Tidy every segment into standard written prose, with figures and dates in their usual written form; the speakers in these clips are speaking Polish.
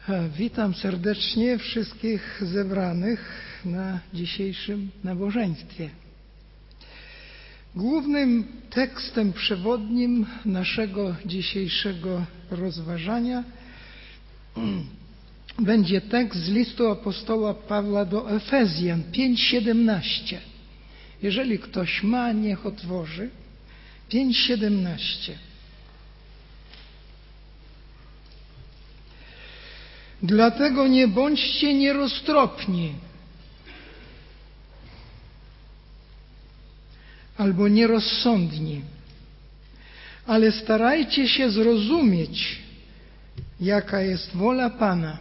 Witam serdecznie wszystkich zebranych na dzisiejszym nabożeństwie. Głównym tekstem przewodnim naszego dzisiejszego rozważania będzie tekst z listu apostoła Pawła do Efezjan 5:17. Jeżeli ktoś ma, niech otworzy. 5:17. Dlatego nie bądźcie nieroztropni albo nierozsądni, ale starajcie się zrozumieć, jaka jest wola Pana.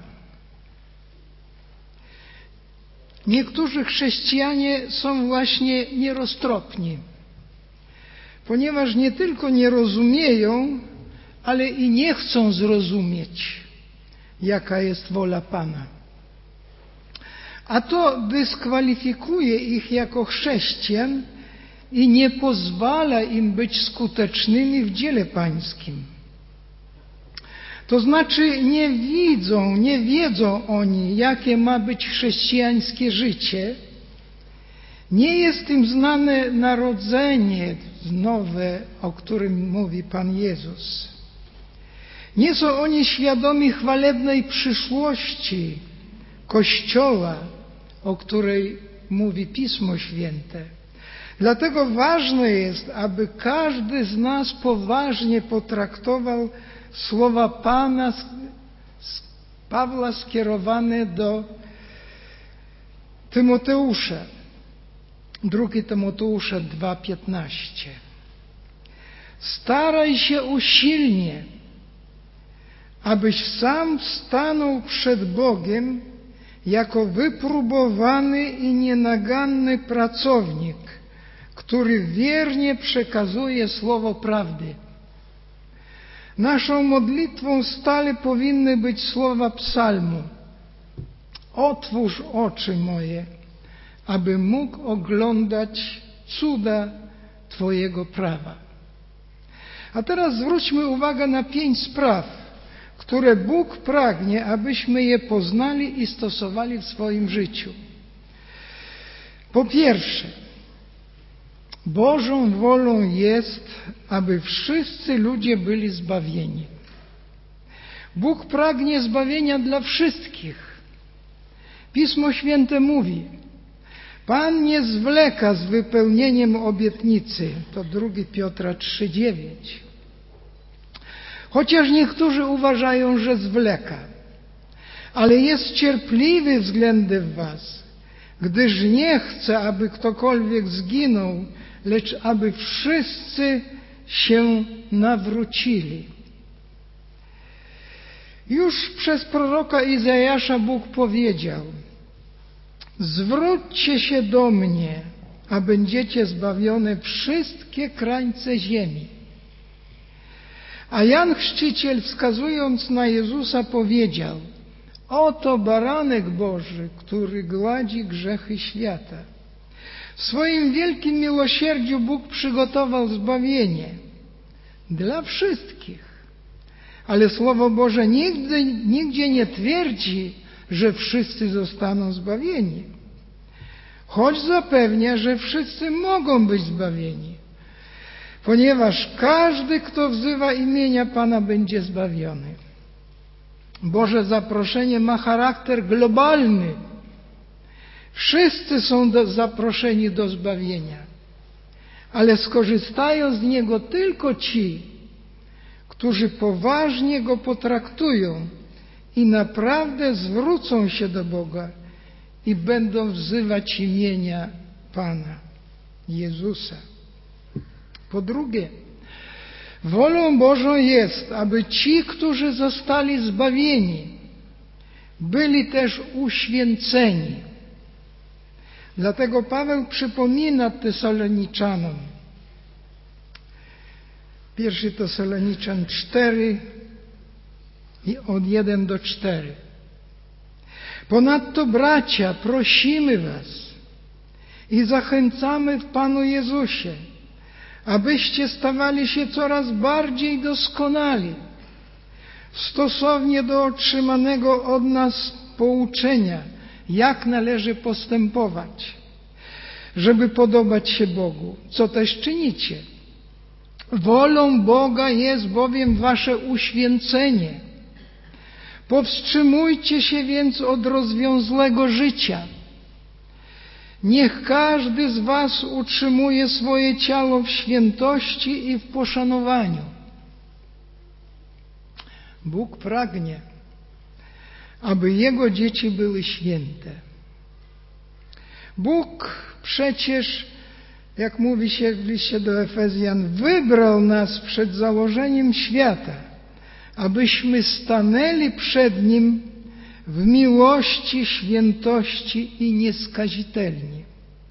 Niektórzy chrześcijanie są właśnie nieroztropni, ponieważ nie tylko nie rozumieją, ale i nie chcą zrozumieć, jaka jest wola Pana. A to dyskwalifikuje ich jako chrześcijan i nie pozwala im być skutecznymi w dziele Pańskim. To znaczy nie wiedzą oni, jakie ma być chrześcijańskie życie. Nie jest im znane narodzenie nowe, o którym mówi Pan Jezus. Nie są oni świadomi chwalebnej przyszłości Kościoła, o której mówi Pismo Święte. Dlatego ważne jest, aby każdy z nas poważnie potraktował słowa Pana Pawła skierowane do Tymoteusza. 2 Tymoteusza 2:15. Staraj się usilnie, abyś sam stanął przed Bogiem jako wypróbowany i nienaganny pracownik, który wiernie przekazuje słowo prawdy. Naszą modlitwą stale powinny być słowa psalmu: otwórz oczy moje, aby mógł oglądać cuda Twojego prawa. A teraz zwróćmy uwagę na 5 spraw, które Bóg pragnie, abyśmy je poznali i stosowali w swoim życiu. Po pierwsze, Bożą wolą jest, aby wszyscy ludzie byli zbawieni. Bóg pragnie zbawienia dla wszystkich. Pismo Święte mówi: Pan nie zwleka z wypełnieniem obietnicy. To 2 Piotra 3:9. Chociaż niektórzy uważają, że zwleka, ale jest cierpliwy względem was, gdyż nie chce, aby ktokolwiek zginął, lecz aby wszyscy się nawrócili. Już przez proroka Izajasza Bóg powiedział: zwróćcie się do mnie, a będziecie zbawione wszystkie krańce ziemi. A Jan Chrzciciel, wskazując na Jezusa, powiedział: oto baranek Boży, który gładzi grzechy świata. W swoim wielkim miłosierdziu Bóg przygotował zbawienie dla wszystkich. Ale Słowo Boże nigdzie nie twierdzi, że wszyscy zostaną zbawieni. Choć zapewnia, że wszyscy mogą być zbawieni. Ponieważ każdy, kto wzywa imienia Pana, będzie zbawiony. Boże zaproszenie ma charakter globalny. Wszyscy są zaproszeni do zbawienia, ale skorzystają z niego tylko ci, którzy poważnie go potraktują i naprawdę zwrócą się do Boga i będą wzywać imienia Pana Jezusa. Po drugie, wolą Bożą jest, aby ci, którzy zostali zbawieni, byli też uświęceni. Dlatego Paweł przypomina Tesaloniczanów. 1 Tesaloniczan 4, od 1 do 4. Ponadto, bracia, prosimy was i zachęcamy w Panu Jezusie, abyście stawali się coraz bardziej doskonali, stosownie do otrzymanego od nas pouczenia, jak należy postępować, żeby podobać się Bogu, co też czynicie. Wolą Boga jest bowiem wasze uświęcenie. Powstrzymujcie się więc od rozwiązłego życia. Niech każdy z was utrzymuje swoje ciało w świętości i w poszanowaniu. Bóg pragnie, aby Jego dzieci były święte. Bóg przecież, jak mówi się w liście do Efezjan, wybrał nas przed założeniem świata, abyśmy stanęli przed Nim w miłości, świętości i nieskazitelni.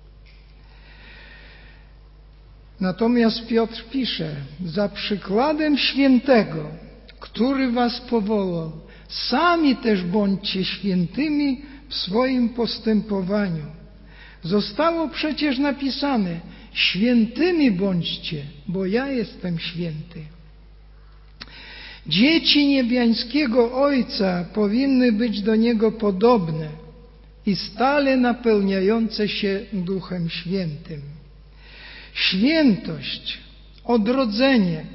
Natomiast Piotr pisze, za przykładem świętego, który was powołał, sami też bądźcie świętymi w swoim postępowaniu. Zostało przecież napisane, świętymi bądźcie, bo ja jestem święty. Dzieci niebiańskiego Ojca powinny być do Niego podobne i stale napełniające się Duchem Świętym. Świętość, odrodzenie,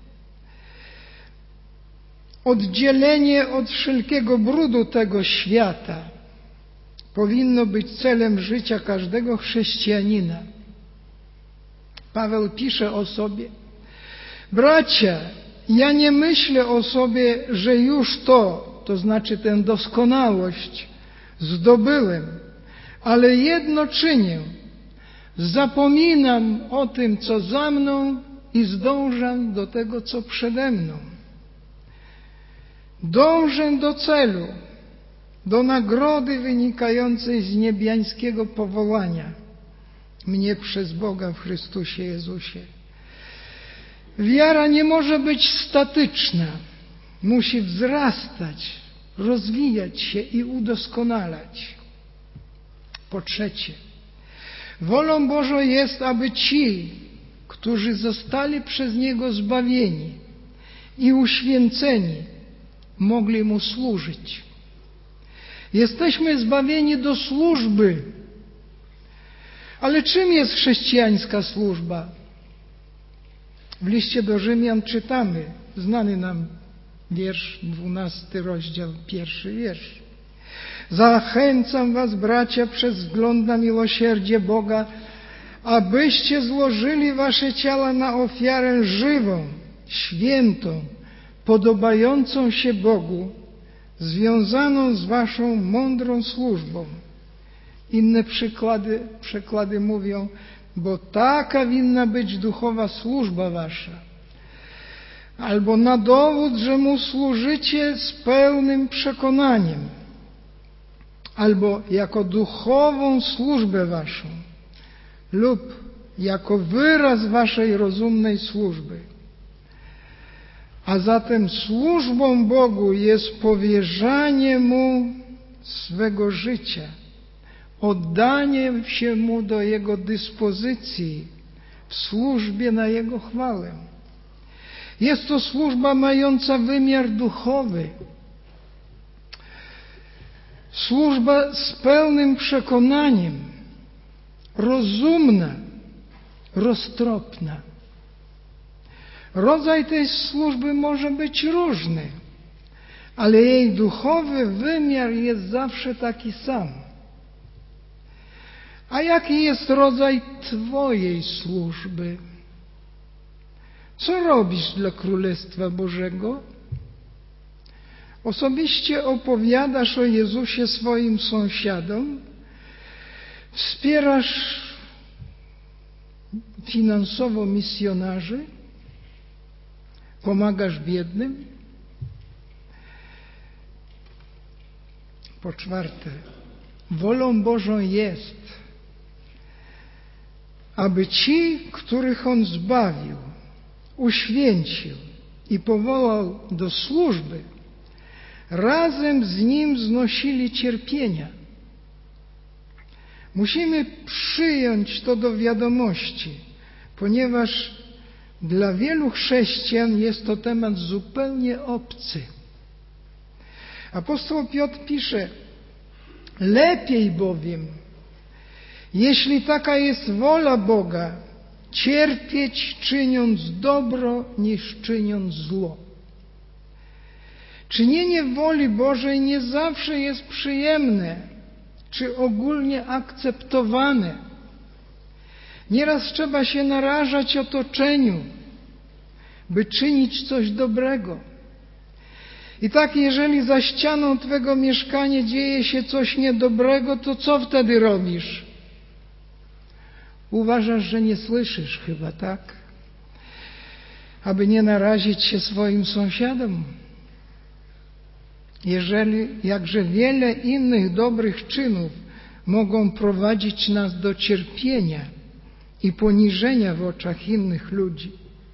oddzielenie od wszelkiego brudu tego świata powinno być celem życia każdego chrześcijanina. Paweł pisze o sobie: bracia, ja nie myślę o sobie, że już to znaczy tę doskonałość zdobyłem, ale jedno czynię, zapominam o tym, co za mną i zdążam do tego, co przede mną. Dążę do celu, do nagrody wynikającej z niebiańskiego powołania mnie przez Boga w Chrystusie Jezusie. Wiara nie może być statyczna, musi wzrastać, rozwijać się i udoskonalać. Po trzecie, wolą Bożą jest, aby ci, którzy zostali przez Niego zbawieni i uświęceni, mogli Mu służyć. Jesteśmy zbawieni do służby. Ale czym jest chrześcijańska służba? W liście do Rzymian czytamy, znany nam wiersz, 12 rozdział, 1 wiersz. Zachęcam was, bracia, przez wzgląd na miłosierdzie Boga, abyście złożyli wasze ciała na ofiarę żywą, świętą, podobającą się Bogu, związaną z waszą mądrą służbą. Inne przekłady mówią, bo taka winna być duchowa służba wasza. Albo na dowód, że Mu służycie z pełnym przekonaniem. Albo jako duchową służbę waszą. Lub jako wyraz waszej rozumnej służby. A zatem służbą Bogu jest powierzanie Mu swego życia, oddanie się Mu do Jego dyspozycji w służbie na Jego chwałę. Jest to służba mająca wymiar duchowy. Służba z pełnym przekonaniem, rozumna, roztropna. Rodzaj tej służby może być różny, ale jej duchowy wymiar jest zawsze taki sam. A jaki jest rodzaj Twojej służby? Co robisz dla Królestwa Bożego? Osobiście opowiadasz o Jezusie swoim sąsiadom? Wspierasz finansowo misjonarzy? Pomagasz biednym? Po czwarte, wolą Bożą jest, aby ci, których On zbawił, uświęcił i powołał do służby, razem z Nim znosili cierpienia. Musimy przyjąć to do wiadomości, ponieważ dla wielu chrześcijan jest to temat zupełnie obcy. Apostoł Piotr pisze: lepiej bowiem, jeśli taka jest wola Boga, cierpieć czyniąc dobro niż czyniąc zło. Czynienie woli Bożej nie zawsze jest przyjemne czy ogólnie akceptowane. Nieraz trzeba się narażać otoczeniu, by czynić coś dobrego. I tak, jeżeli za ścianą twego mieszkania dzieje się coś niedobrego, to co wtedy robisz? Uważasz, że nie słyszysz chyba, tak? Aby nie narazić się swoim sąsiadom. Jeżeli jakże wiele innych dobrych czynów mogą prowadzić nas do cierpienia i poniżenia w oczach innych ludzi.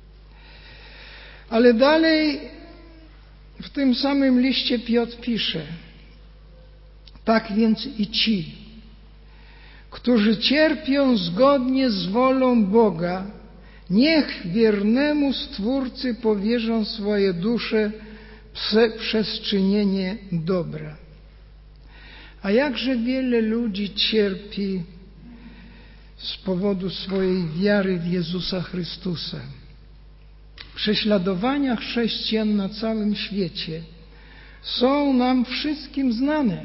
Ale dalej w tym samym liście Piotr pisze: tak więc i ci, którzy cierpią zgodnie z wolą Boga, niech wiernemu Stwórcy powierzą swoje dusze przez czynienie dobra. A jakże wiele ludzi cierpi z powodu swojej wiary w Jezusa Chrystusa. Prześladowania chrześcijan na całym świecie są nam wszystkim znane.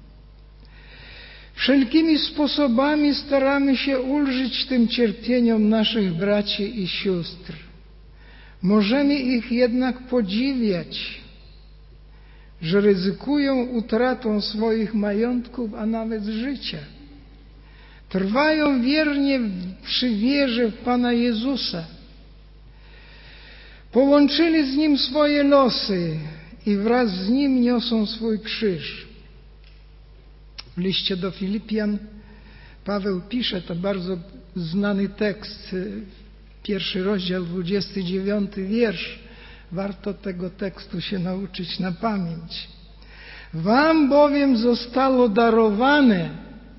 Wszelkimi sposobami staramy się ulżyć tym cierpieniom naszych braci i sióstr. Możemy ich jednak podziwiać, że ryzykują utratą swoich majątków, a nawet życia. Trwają wiernie przy wierze w Pana Jezusa. Połączyli z Nim swoje losy i wraz z Nim niosą swój krzyż. W liście do Filipian Paweł pisze, to bardzo znany tekst, 1 rozdział, 29 wiersz. Warto tego tekstu się nauczyć na pamięć. Wam bowiem zostało darowane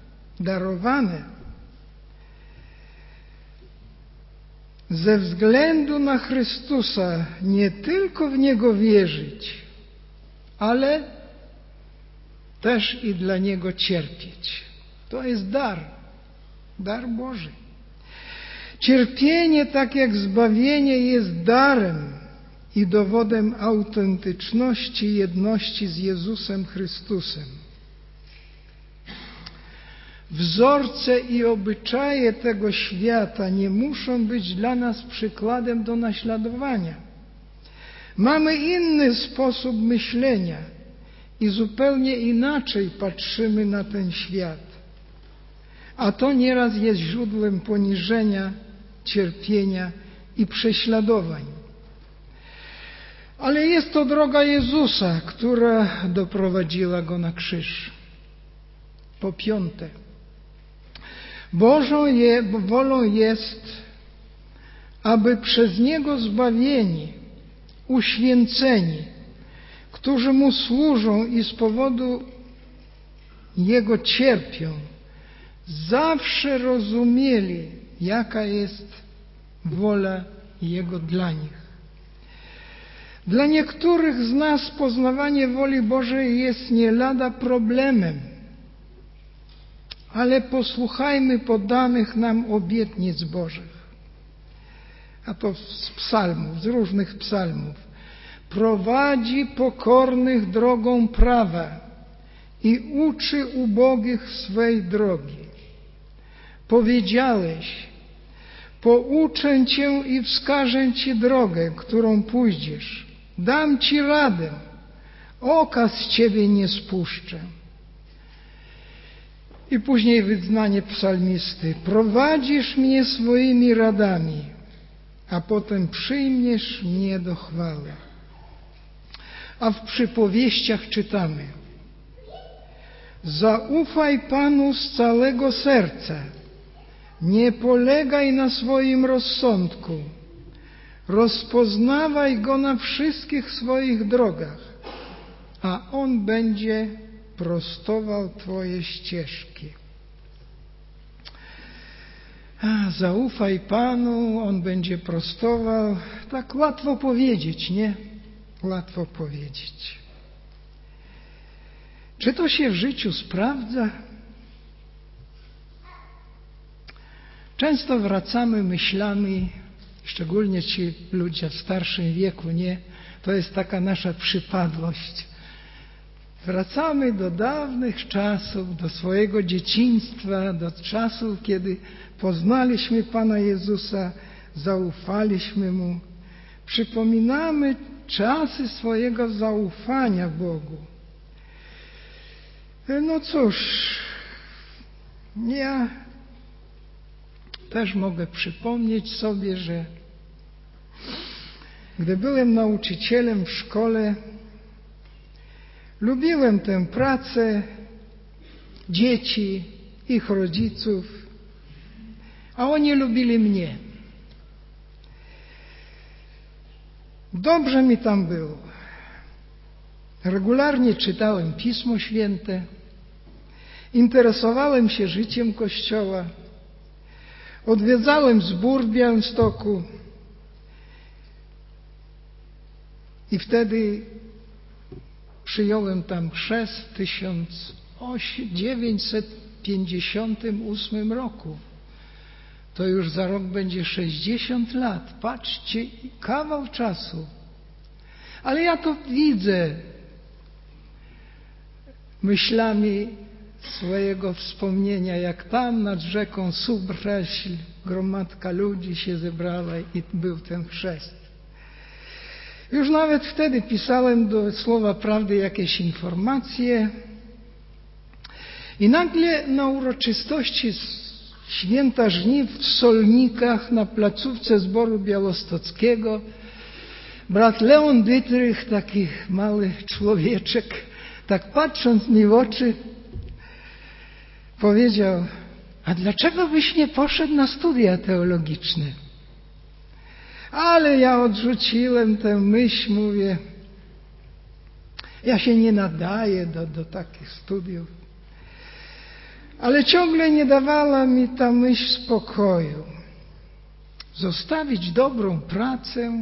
ze względu na Chrystusa nie tylko w Niego wierzyć, ale też i dla Niego cierpieć. To jest dar Boży. Cierpienie, tak jak zbawienie, jest darem i dowodem autentyczności i jedności z Jezusem Chrystusem. Wzorce i obyczaje tego świata nie muszą być dla nas przykładem do naśladowania. Mamy inny sposób myślenia i zupełnie inaczej patrzymy na ten świat. A to nieraz jest źródłem poniżenia, cierpienia i prześladowań. Ale jest to droga Jezusa, która doprowadziła Go na krzyż. Po piąte, Bożą wolą jest, aby przez Niego zbawieni, uświęceni, którzy Mu służą i z powodu Jego cierpią, zawsze rozumieli, jaka jest wola Jego dla nich. Dla niektórych z nas poznawanie woli Bożej jest nie lada problemem, ale posłuchajmy podanych nam obietnic Bożych. A to z psalmów, z różnych psalmów. Prowadzi pokornych drogą prawa i uczy ubogich swej drogi. Powiedziałeś: pouczę Cię i wskażę Ci drogę, którą pójdziesz. Dam Ci radę, oka z Ciebie nie spuszczę. I później wyznanie psalmisty: prowadzisz mnie swoimi radami, a potem przyjmiesz mnie do chwały. A w przypowieściach czytamy: zaufaj Panu z całego serca, nie polegaj na swoim rozsądku, rozpoznawaj Go na wszystkich swoich drogach, a On będzie prostował Twoje ścieżki. Zaufaj Panu, On będzie prostował. Tak łatwo powiedzieć, nie? Łatwo powiedzieć. Czy to się w życiu sprawdza? Często wracamy myślami, szczególnie ci ludzie w starszym wieku, nie? To jest taka nasza przypadłość. Wracamy do dawnych czasów, do swojego dzieciństwa, do czasów, kiedy poznaliśmy Pana Jezusa, zaufaliśmy Mu. Przypominamy czasy swojego zaufania Bogu. No cóż, ja też mogę przypomnieć sobie, że gdy byłem nauczycielem w szkole, lubiłem tę pracę, dzieci, ich rodziców, a oni lubili mnie. Dobrze mi tam było. Regularnie czytałem Pismo Święte, interesowałem się życiem Kościoła, odwiedzałem zbór w Białymstoku i wtedy przyjąłem tam chrzest w 1958 roku. To już za rok będzie 60 lat. Patrzcie, kawał czasu. Ale ja to widzę myślami swojego wspomnienia, jak tam nad rzeką Subreśl gromadka ludzi się zebrała i był ten chrzest. Już nawet wtedy pisałem do Słowa Prawdy jakieś informacje i nagle na uroczystości Święta Żniw w Solnikach na placówce zboru białostockiego brat Leon Dytrych, taki mały człowieczek, tak patrząc mi w oczy, powiedział: a dlaczego byś nie poszedł na studia teologiczne? Ale ja odrzuciłem tę myśl, mówię, ja się nie nadaję do takich studiów. Ale ciągle nie dawała mi ta myśl spokoju. Zostawić dobrą pracę,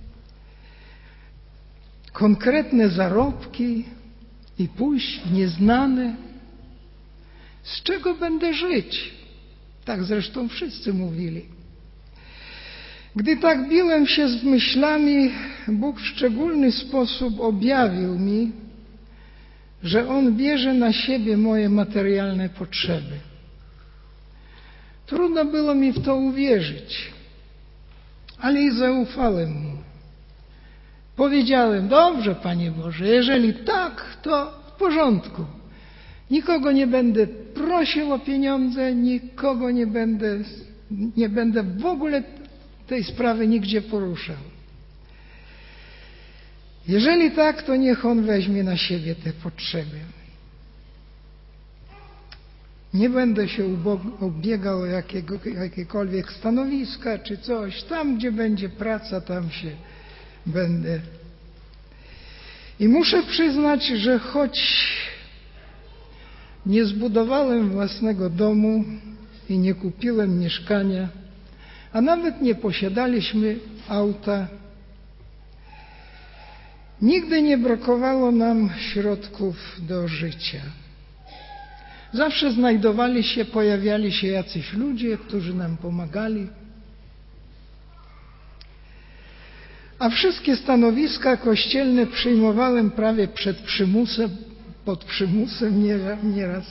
konkretne zarobki i pójść w nieznane. Z czego będę żyć? Tak zresztą wszyscy mówili. Gdy tak biłem się z myślami, Bóg w szczególny sposób objawił mi, że On bierze na siebie moje materialne potrzeby. Trudno było mi w to uwierzyć, ale i zaufałem Mu. Powiedziałem: dobrze, Panie Boże, jeżeli tak, to w porządku. Nikogo nie będę prosił o pieniądze, nikogo nie będę w ogóle tej sprawy nigdzie poruszał. Jeżeli tak, to niech On weźmie na siebie te potrzeby. Nie będę się ubiegał o jakiekolwiek stanowiska czy coś. Tam, gdzie będzie praca, tam się będę. I muszę przyznać, że choć nie zbudowałem własnego domu i nie kupiłem mieszkania, a nawet nie posiadaliśmy auta, nigdy nie brakowało nam środków do życia. Zawsze pojawiali się jacyś ludzie, którzy nam pomagali. A wszystkie stanowiska kościelne przyjmowałem prawie pod przymusem nieraz.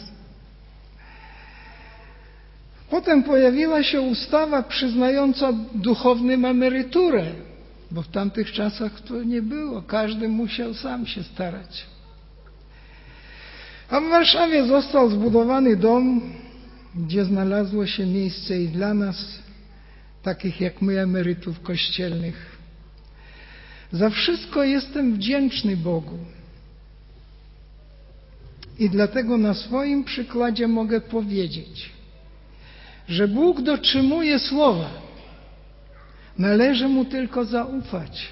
Potem pojawiła się ustawa przyznająca duchownym emeryturę, bo w tamtych czasach to nie było. Każdy musiał sam się starać. A w Warszawie został zbudowany dom, gdzie znalazło się miejsce i dla nas, takich jak my, emerytów kościelnych. Za wszystko jestem wdzięczny Bogu. I dlatego na swoim przykładzie mogę powiedzieć, że Bóg dotrzymuje słowa. Należy Mu tylko zaufać.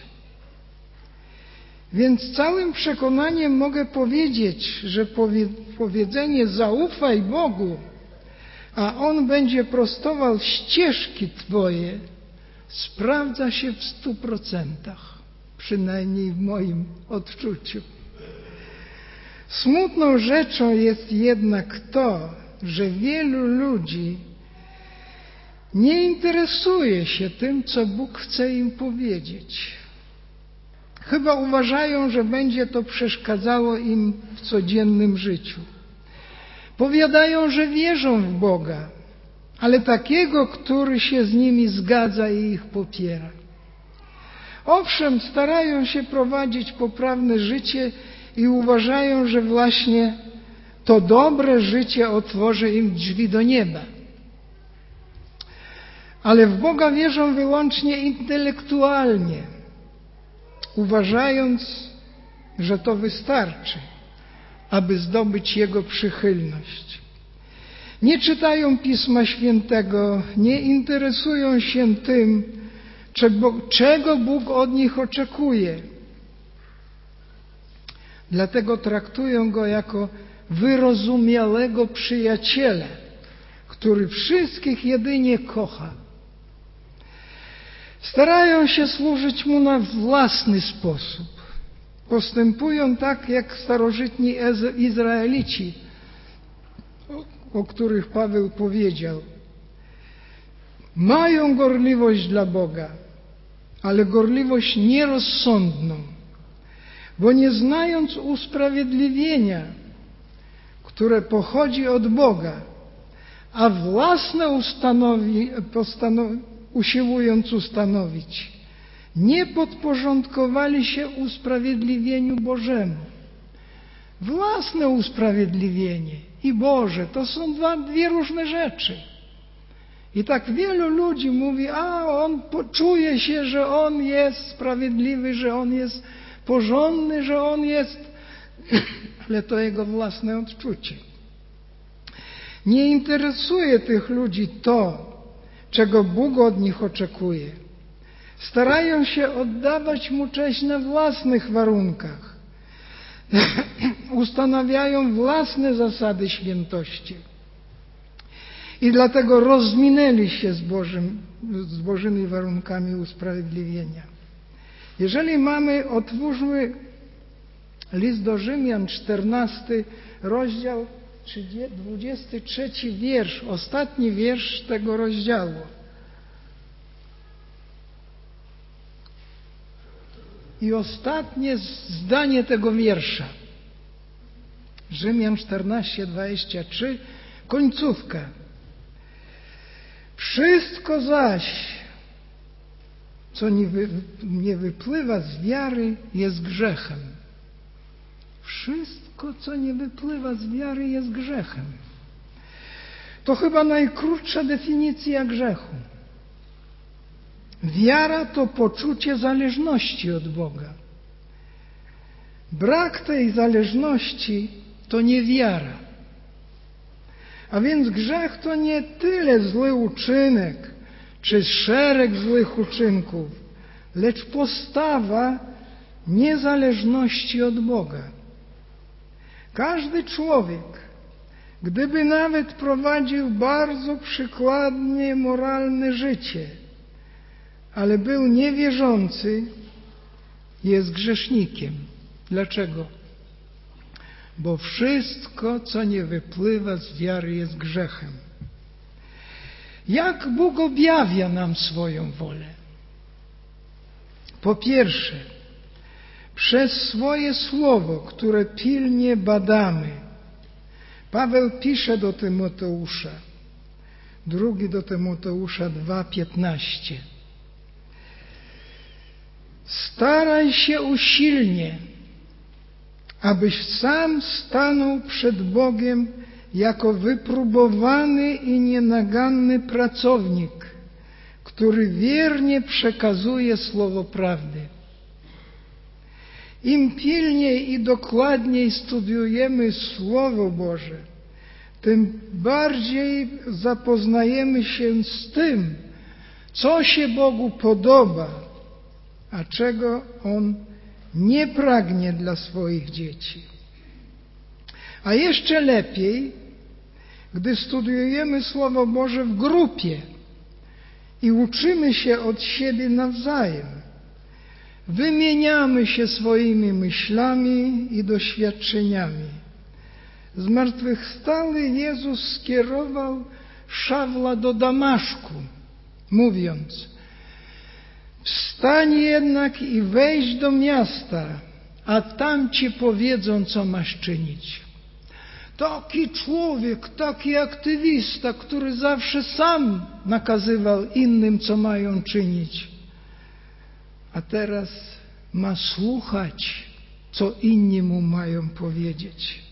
Więc całym przekonaniem mogę powiedzieć, że powiedzenie zaufaj Bogu, a On będzie prostował ścieżki Twoje, sprawdza się w 100%, przynajmniej w moim odczuciu. Smutną rzeczą jest jednak to, że wielu ludzi nie interesuje się tym, co Bóg chce im powiedzieć. Chyba uważają, że będzie to przeszkadzało im w codziennym życiu. Powiadają, że wierzą w Boga, ale takiego, który się z nimi zgadza i ich popiera. Owszem, starają się prowadzić poprawne życie i uważają, że właśnie to dobre życie otworzy im drzwi do nieba. Ale w Boga wierzą wyłącznie intelektualnie, uważając, że to wystarczy, aby zdobyć Jego przychylność. Nie czytają Pisma Świętego, nie interesują się tym, czego Bóg od nich oczekuje. Dlatego traktują Go jako wyrozumiałego przyjaciela, który wszystkich jedynie kocha. Starają się służyć Mu na własny sposób. Postępują tak, jak starożytni Izraelici, o których Paweł powiedział. Mają gorliwość dla Boga, ale gorliwość nierozsądną, bo nie znając usprawiedliwienia, które pochodzi od Boga, a własne usiłując ustanowić, nie podporządkowali się usprawiedliwieniu Bożemu. Własne usprawiedliwienie i Boże to są dwie różne rzeczy. I tak wielu ludzi mówi, on czuje się, że on jest sprawiedliwy, że on jest porządny, że on jest, ale to jego własne odczucie. Nie interesuje tych ludzi to, czego Bóg od nich oczekuje. Starają się oddawać Mu cześć na własnych warunkach. Ustanawiają własne zasady świętości. I dlatego rozminęli się z Bożymi warunkami usprawiedliwienia. Jeżeli otwórzmy list do Rzymian, 14 rozdział, 23 wiersz, ostatni wiersz tego rozdziału. I ostatnie zdanie tego wiersza. Rzymian 14, 23, końcówka. Wszystko zaś, co nie wypływa z wiary, jest grzechem. Wszystko, co nie wypływa z wiary, jest grzechem. To chyba najkrótsza definicja grzechu. Wiara to poczucie zależności od Boga. Brak tej zależności to niewiara. A więc grzech to nie tyle zły uczynek, czy szereg złych uczynków, lecz postawa niezależności od Boga. Każdy człowiek, gdyby nawet prowadził bardzo przykładnie moralne życie, ale był niewierzący, jest grzesznikiem. Dlaczego? Bo wszystko, co nie wypływa z wiary, jest grzechem. Jak Bóg objawia nam swoją wolę? Po pierwsze, przez swoje słowo, które pilnie badamy. Paweł pisze do Tymoteusza, 2 do Tymoteusza 2:15. Staraj się usilnie, abyś sam stanął przed Bogiem jako wypróbowany i nienaganny pracownik, który wiernie przekazuje słowo prawdy. Im pilniej i dokładniej studiujemy Słowo Boże, tym bardziej zapoznajemy się z tym, co się Bogu podoba, a czego On nie pragnie dla swoich dzieci. A jeszcze lepiej, gdy studiujemy Słowo Boże w grupie i uczymy się od siebie nawzajem. wymieniamy się swoimi myślami i doświadczeniami. Zmartwychwstały Jezus skierował Szawła do Damaszku, mówiąc: wstań jednak i wejdź do miasta, a tam ci powiedzą, co masz czynić. Taki człowiek, taki aktywista, który zawsze sam nakazywał innym, co mają czynić, a teraz ma słuchać, co inni mu mają powiedzieć.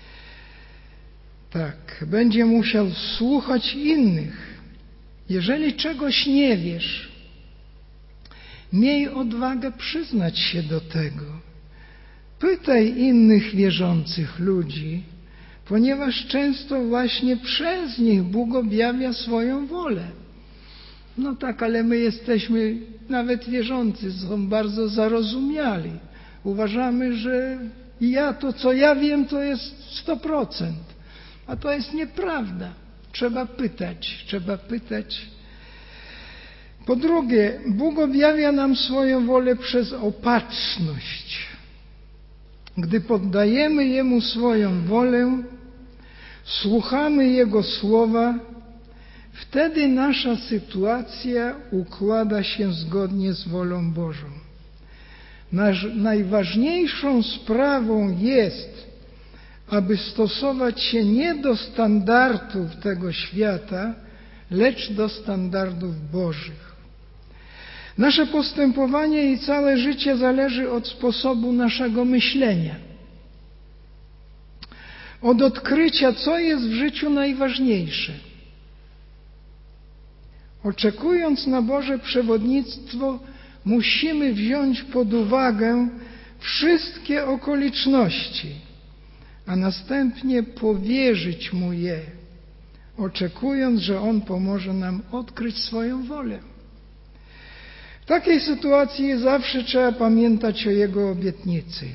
Tak, będzie musiał słuchać innych. Jeżeli czegoś nie wiesz, miej odwagę przyznać się do tego. Pytaj innych wierzących ludzi, ponieważ często właśnie przez nich Bóg objawia swoją wolę. No tak, ale my jesteśmy, nawet wierzący, są bardzo zarozumiali. Uważamy, że to, co ja wiem, to jest 100%. A to jest nieprawda. Trzeba pytać. Po drugie, Bóg objawia nam swoją wolę przez opatrzność. Gdy poddajemy Jemu swoją wolę, słuchamy Jego słowa, wtedy nasza sytuacja układa się zgodnie z wolą Bożą. Najważniejszą sprawą jest, aby stosować się nie do standardów tego świata, lecz do standardów Bożych. Nasze postępowanie i całe życie zależy od sposobu naszego myślenia. Od odkrycia, co jest w życiu najważniejsze. Oczekując na Boże przewodnictwo, musimy wziąć pod uwagę wszystkie okoliczności, a następnie powierzyć Mu je, oczekując, że On pomoże nam odkryć swoją wolę. W takiej sytuacji zawsze trzeba pamiętać o Jego obietnicy.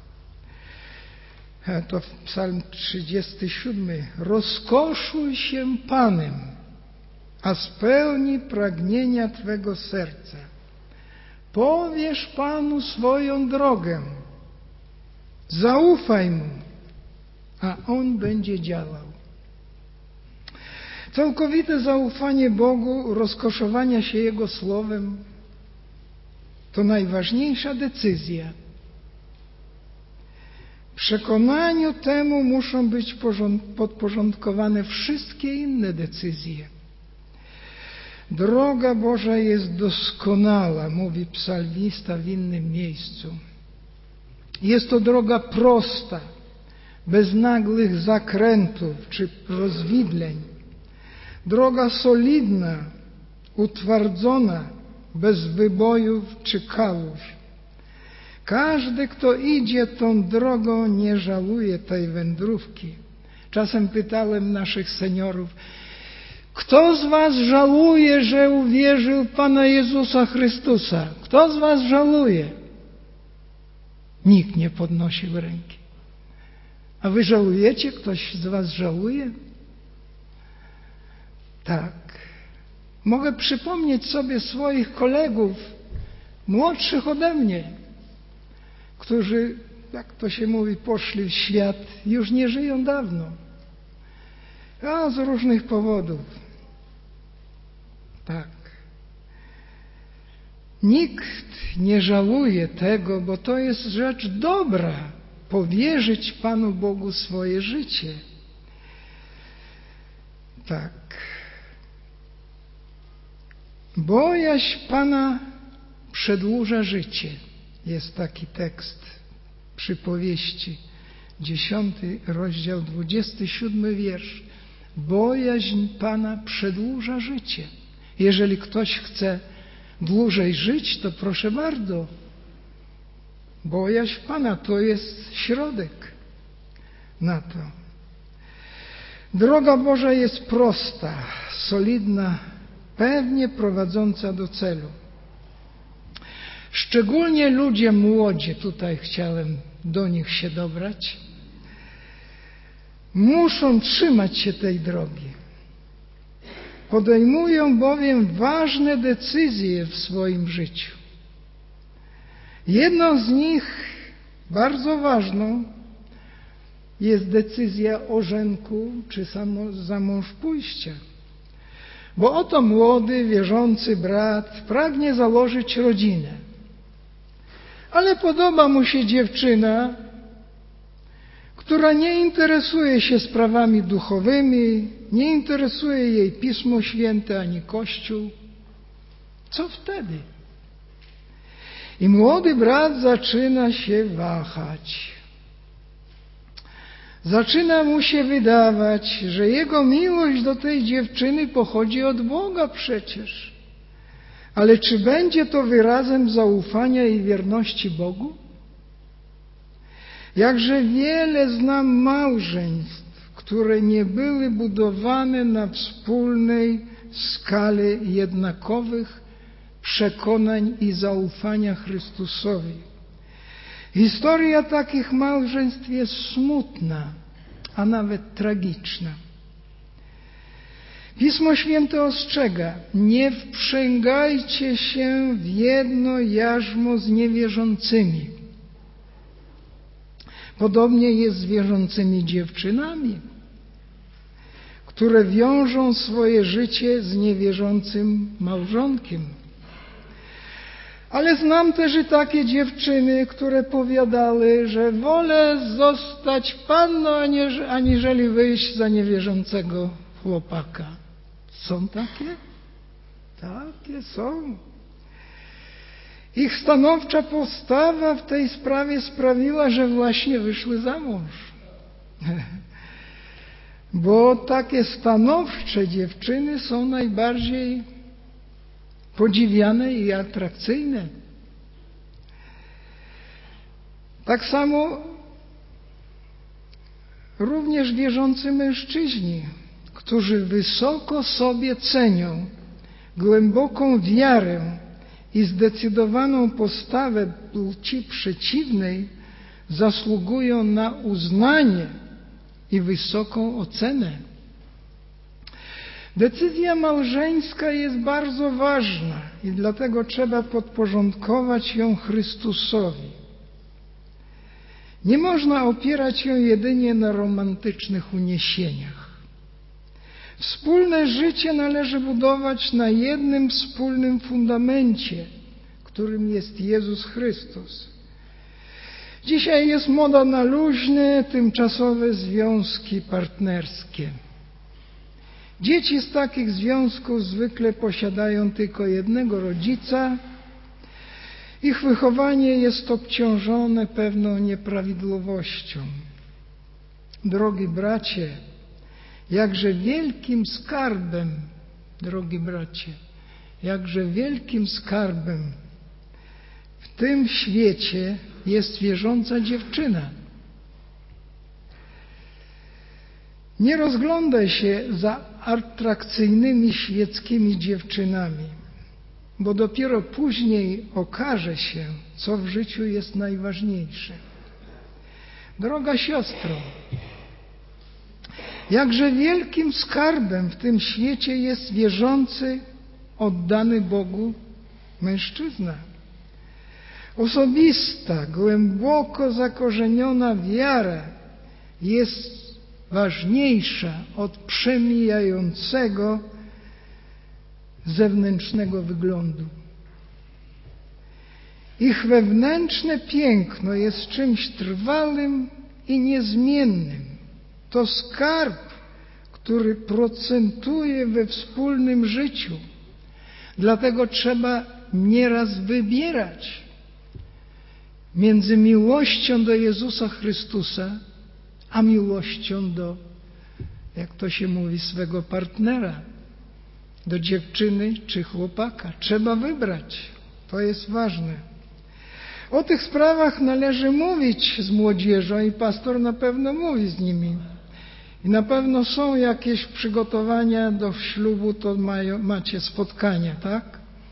To Psalm 37. Rozkoszuj się Panem, a spełni pragnienia Twego serca. Powierz Panu swoją drogę. Zaufaj Mu, a On będzie działał. Całkowite zaufanie Bogu, rozkoszowania się Jego Słowem to najważniejsza decyzja. Przekonaniu temu muszą być podporządkowane wszystkie inne decyzje. Droga Boża jest doskonała, mówi psalmista w innym miejscu. Jest to droga prosta, bez nagłych zakrętów czy rozwidleń. Droga solidna, utwardzona, bez wybojów czy kałuż. Każdy, kto idzie tą drogą, nie żałuje tej wędrówki. Czasem pytałem naszych seniorów, kto z was żałuje, że uwierzył w Pana Jezusa Chrystusa? Kto z was żałuje? Nikt nie podnosił ręki. A wy żałujecie? Ktoś z was żałuje? Tak. Mogę przypomnieć sobie swoich kolegów, młodszych ode mnie, którzy, jak to się mówi, poszli w świat, już nie żyją dawno. A z różnych powodów. Tak. Nikt nie żałuje tego, bo to jest rzecz dobra, powierzyć Panu Bogu swoje życie. Tak. Bojaźń Pana przedłuża życie. Jest taki tekst przypowieści, 10 rozdział, 27 wiersz. Bojaźń Pana przedłuża życie. Jeżeli ktoś chce dłużej żyć, to proszę bardzo. Bojaźń Pana to jest środek na to. Droga Boża jest prosta, solidna, pewnie prowadząca do celu. Szczególnie ludzie młodzi, tutaj chciałem do nich się dobrać, muszą trzymać się tej drogi. Podejmują bowiem ważne decyzje w swoim życiu. Jedną z nich, bardzo ważną, jest decyzja o żenku czy za mąż pójścia. Bo oto młody, wierzący brat pragnie założyć rodzinę. Ale podoba mu się dziewczyna, która nie interesuje się sprawami duchowymi, nie interesuje jej Pismo Święte ani Kościół. Co wtedy? I młody brat zaczyna się wahać. Zaczyna mu się wydawać, że jego miłość do tej dziewczyny pochodzi od Boga przecież. Ale czy będzie to wyrazem zaufania i wierności Bogu? Jakże wiele znam małżeństw, które nie były budowane na wspólnej skali jednakowych przekonań i zaufania Chrystusowi. Historia takich małżeństw jest smutna, a nawet tragiczna. Pismo Święte ostrzega: nie wprzęgajcie się w jedno jarzmo z niewierzącymi. Podobnie jest z wierzącymi dziewczynami, które wiążą swoje życie z niewierzącym małżonkiem. Ale znam też i takie dziewczyny, które powiadały, że wolę zostać panną, aniżeli wyjść za niewierzącego chłopaka. Są takie? Takie są. Ich stanowcza postawa w tej sprawie sprawiła, że właśnie wyszły za mąż. Bo takie stanowcze dziewczyny są najbardziej podziwiane i atrakcyjne. Tak samo również wierzący mężczyźni, którzy wysoko sobie cenią głęboką wiarę i zdecydowaną postawę płci przeciwnej, zasługują na uznanie i wysoką ocenę. Decyzja małżeńska jest bardzo ważna i dlatego trzeba podporządkować ją Chrystusowi. Nie można opierać ją jedynie na romantycznych uniesieniach. Wspólne życie należy budować na jednym wspólnym fundamencie, którym jest Jezus Chrystus. Dzisiaj jest moda na luźne, tymczasowe związki partnerskie. Dzieci z takich związków zwykle posiadają tylko jednego rodzica. Ich wychowanie jest obciążone pewną nieprawidłowością. Drogi bracie, jakże wielkim skarbem, jakże wielkim skarbem w tym świecie jest wierząca dziewczyna. Nie rozglądaj się za atrakcyjnymi świeckimi dziewczynami, bo dopiero później okaże się, co w życiu jest najważniejsze. Droga siostro, jakże wielkim skarbem w tym świecie jest wierzący, oddany Bogu mężczyzna. Osobista, głęboko zakorzeniona wiara jest ważniejsza od przemijającego zewnętrznego wyglądu. Ich wewnętrzne piękno jest czymś trwałym i niezmiennym. To skarb, który procentuje we wspólnym życiu. Dlatego trzeba nieraz wybierać między miłością do Jezusa Chrystusa a miłością do, jak to się mówi, swego partnera, do dziewczyny czy chłopaka. Trzeba wybrać. To jest ważne. O tych sprawach należy mówić z młodzieżą i pastor na pewno mówi z nimi. I na pewno są jakieś przygotowania do ślubu, to macie spotkania, tak?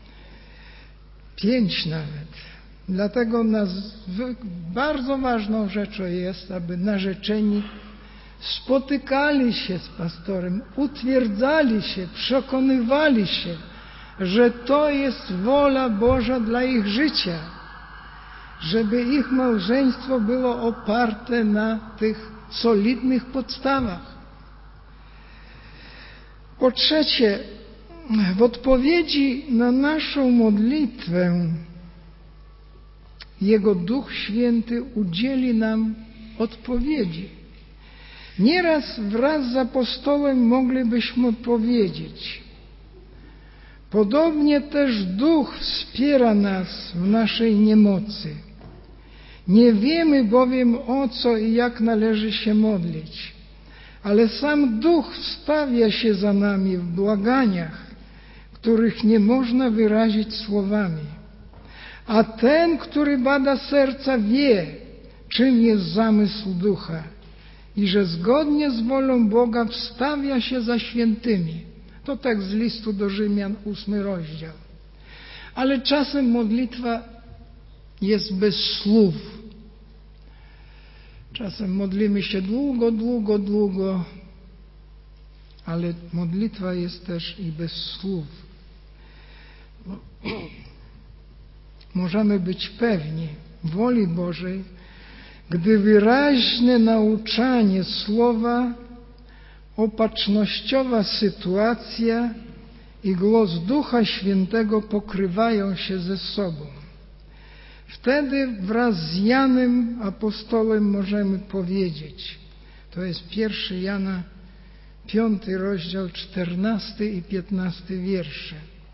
5 nawet. Dlatego bardzo ważną rzeczą jest, aby narzeczeni spotykali się z pastorem, utwierdzali się, przekonywali się, że to jest wola Boża dla ich życia. żeby ich małżeństwo było oparte na tych solidnych podstawach. Po trzecie, w odpowiedzi na naszą modlitwę Jego Duch Święty udzieli nam odpowiedzi. Nieraz wraz z apostołem moglibyśmy powiedzieć: podobnie też Duch wspiera nas w naszej niemocy. Nie wiemy bowiem, o co i jak należy się modlić, ale sam Duch wstawia się za nami w błaganiach, których nie można wyrazić słowami. A ten, który bada serca, wie, czym jest zamysł Ducha i że zgodnie z wolą Boga wstawia się za świętymi. To tekst z listu do Rzymian, 8 rozdział. Ale czasem modlitwa jest bez słów. Czasem modlimy się długo, ale modlitwa jest też i bez słów. Możemy być pewni woli Bożej, gdy wyraźne nauczanie słowa, opatrznościowa sytuacja i głos Ducha Świętego pokrywają się ze sobą. Wtedy wraz z Janem apostołem możemy powiedzieć, to jest 1 Jana 5 rozdział 14 i 15 wiersze.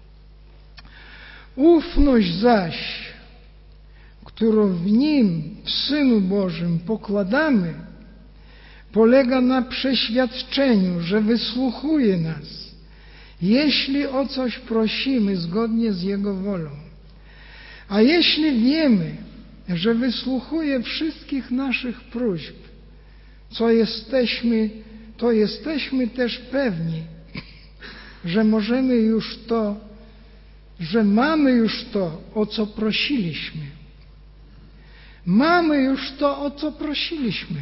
Ufność zaś, którą w Nim, w Synu Bożym pokładamy, polega na przeświadczeniu, że wysłuchuje nas, jeśli o coś prosimy zgodnie z Jego wolą. A jeśli wiemy, że wysłuchuje wszystkich naszych próśb, to jesteśmy też pewni, że mamy już to, o co prosiliśmy. Mamy już to, o co prosiliśmy.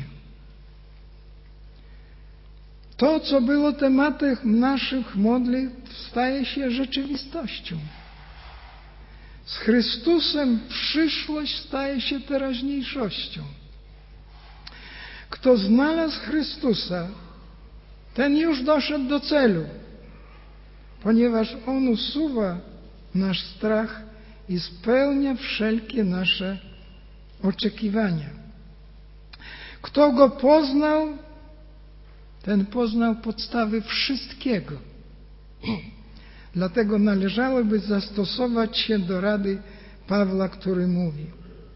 To, co było tematem naszych modlitw, staje się rzeczywistością. Z Chrystusem przyszłość staje się teraźniejszością. Kto znalazł Chrystusa, ten już doszedł do celu, ponieważ On usuwa nasz strach i spełnia wszelkie nasze oczekiwania. Kto Go poznał, ten poznał podstawy wszystkiego. Dlatego należałoby zastosować się do rady Pawła, który mówi: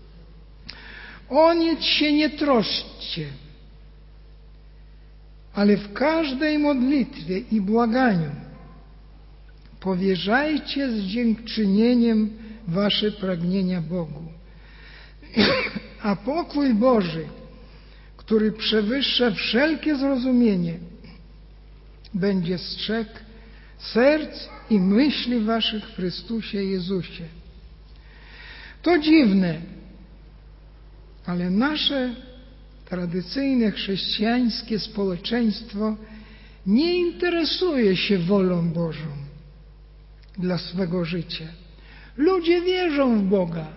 o nic się nie troszczcie, ale w każdej modlitwie i błaganiu powierzajcie z dziękczynieniem wasze pragnienia Bogu. A pokój Boży, który przewyższa wszelkie zrozumienie, będzie strzegł serc i myśli waszych w Chrystusie Jezusie. To dziwne, ale nasze tradycyjne chrześcijańskie społeczeństwo nie interesuje się wolą Bożą dla swego życia. Ludzie wierzą w Boga,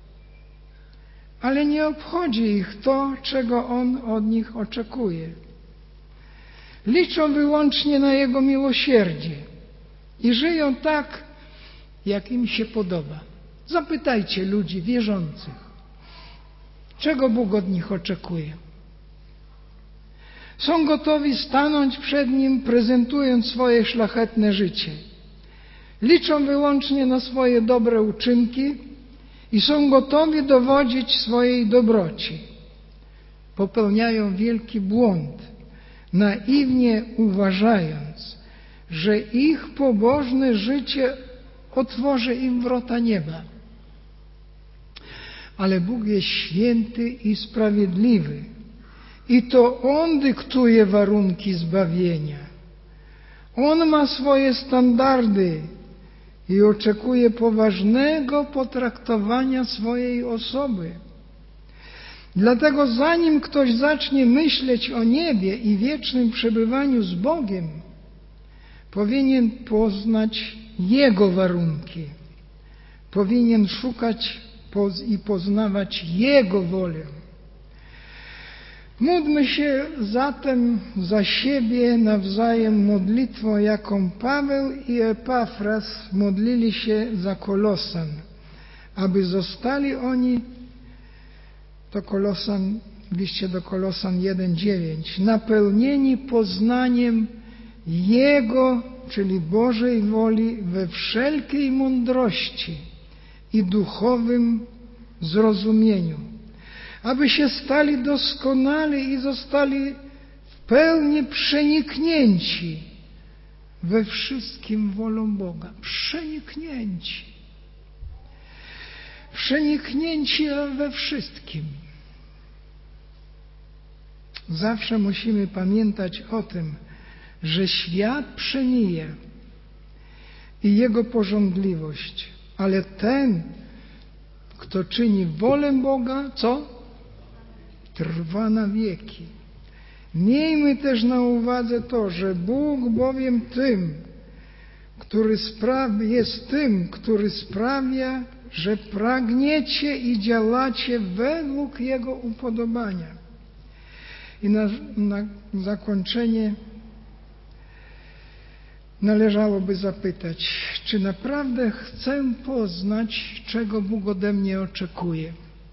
ale nie obchodzi ich to, czego On od nich oczekuje. Liczą wyłącznie na Jego miłosierdzie i żyją tak, jak im się podoba. Zapytajcie ludzi wierzących, czego Bóg od nich oczekuje. Są gotowi stanąć przed Nim, prezentując swoje szlachetne życie. Liczą wyłącznie na swoje dobre uczynki i są gotowi dowodzić swojej dobroci. Popełniają wielki błąd, naiwnie uważając, że ich pobożne życie otworzy im wrota nieba. Ale Bóg jest święty i sprawiedliwy i to On dyktuje warunki zbawienia. On ma swoje standardy i oczekuje poważnego potraktowania swojej osoby. Dlatego zanim ktoś zacznie myśleć o niebie i wiecznym przebywaniu z Bogiem, powinien poznać Jego warunki. Powinien szukać i poznawać Jego wolę. Módlmy się zatem za siebie nawzajem modlitwą, jaką Paweł i Epafras modlili się za Kolosan, aby zostali oni, to Kolosan, w liście do Kolosan 1:9, napełnieni poznaniem Jego, czyli Bożej woli, we wszelkiej mądrości i duchowym zrozumieniu, aby się stali doskonali i zostali w pełni przeniknięci we wszystkim wolą Boga. Przeniknięci. Przeniknięci we wszystkim. Zawsze musimy pamiętać o tym, że świat przemija i jego pożądliwość, ale ten, kto czyni wolę Boga, co? Trwa na wieki. Miejmy też na uwadze to, że Bóg bowiem jest tym, który sprawia, że pragniecie i działacie według Jego upodobania. I na zakończenie należałoby zapytać, czy naprawdę chcę poznać, czego Bóg ode mnie oczekuje?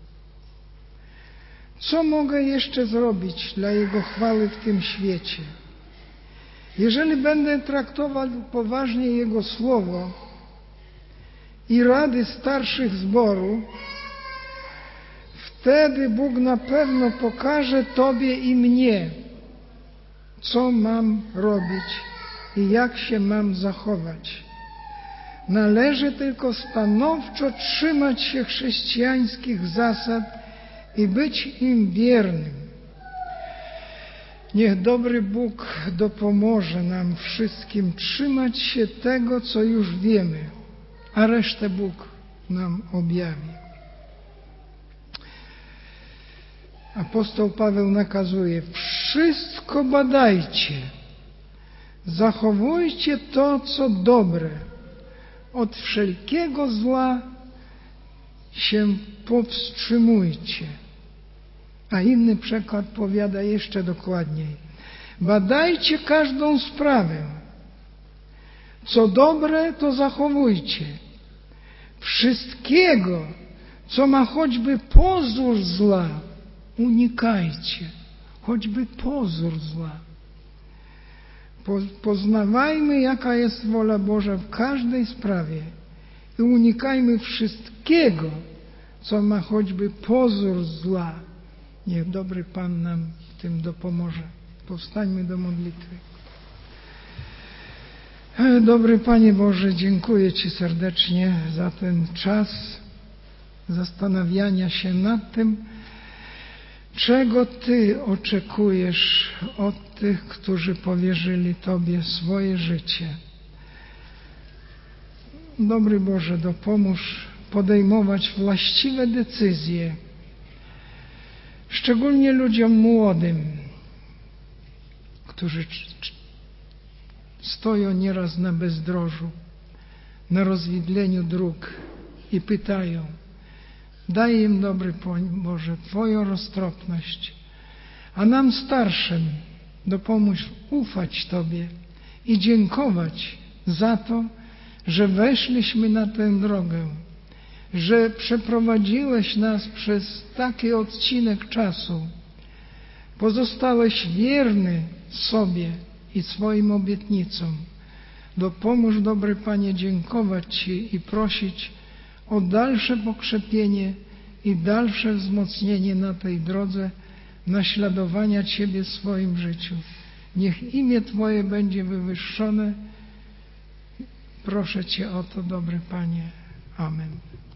Co mogę jeszcze zrobić dla Jego chwały w tym świecie? Jeżeli będę traktował poważnie Jego Słowo i rady starszych zboru, wtedy Bóg na pewno pokaże Tobie i mnie, co mam robić i jak się mam zachować. Należy tylko stanowczo trzymać się chrześcijańskich zasad i być im wiernym. Niech dobry Bóg dopomoże nam wszystkim trzymać się tego, co już wiemy, a resztę Bóg nam objawi. Apostoł Paweł nakazuje: wszystko badajcie, zachowujcie to, co dobre, od wszelkiego zła się powstrzymujcie. A inny przekład powiada jeszcze dokładniej: badajcie każdą sprawę, co dobre, to zachowujcie. Wszystkiego, co ma choćby pozór zła, unikajcie. Choćby pozór zła. Poznawajmy, jaka jest wola Boża w każdej sprawie i unikajmy wszystkiego, co ma choćby pozór zła. Niech dobry Pan nam w tym dopomoże. Powstańmy do modlitwy. Dobry Panie Boże, dziękuję Ci serdecznie za ten czas zastanawiania się nad tym, czego Ty oczekujesz od tych, którzy powierzyli Tobie swoje życie. Dobry Boże, dopomóż podejmować właściwe decyzje, szczególnie ludziom młodym, którzy stoją nieraz na bezdrożu, na rozwidleniu dróg i pytają: daj im, dobry Boże, Twoją roztropność, a nam starszym dopomóż ufać Tobie i dziękować za to, że weszliśmy na tę drogę, że przeprowadziłeś nas przez taki odcinek czasu. Pozostałeś wierny sobie i swoim obietnicom. Dopomóż, dobry Panie, dziękować Ci i prosić o dalsze pokrzepienie i dalsze wzmocnienie na tej drodze naśladowania Ciebie w swoim życiu. Niech imię Twoje będzie wywyższone. Proszę Cię o to, dobry Panie. Amen.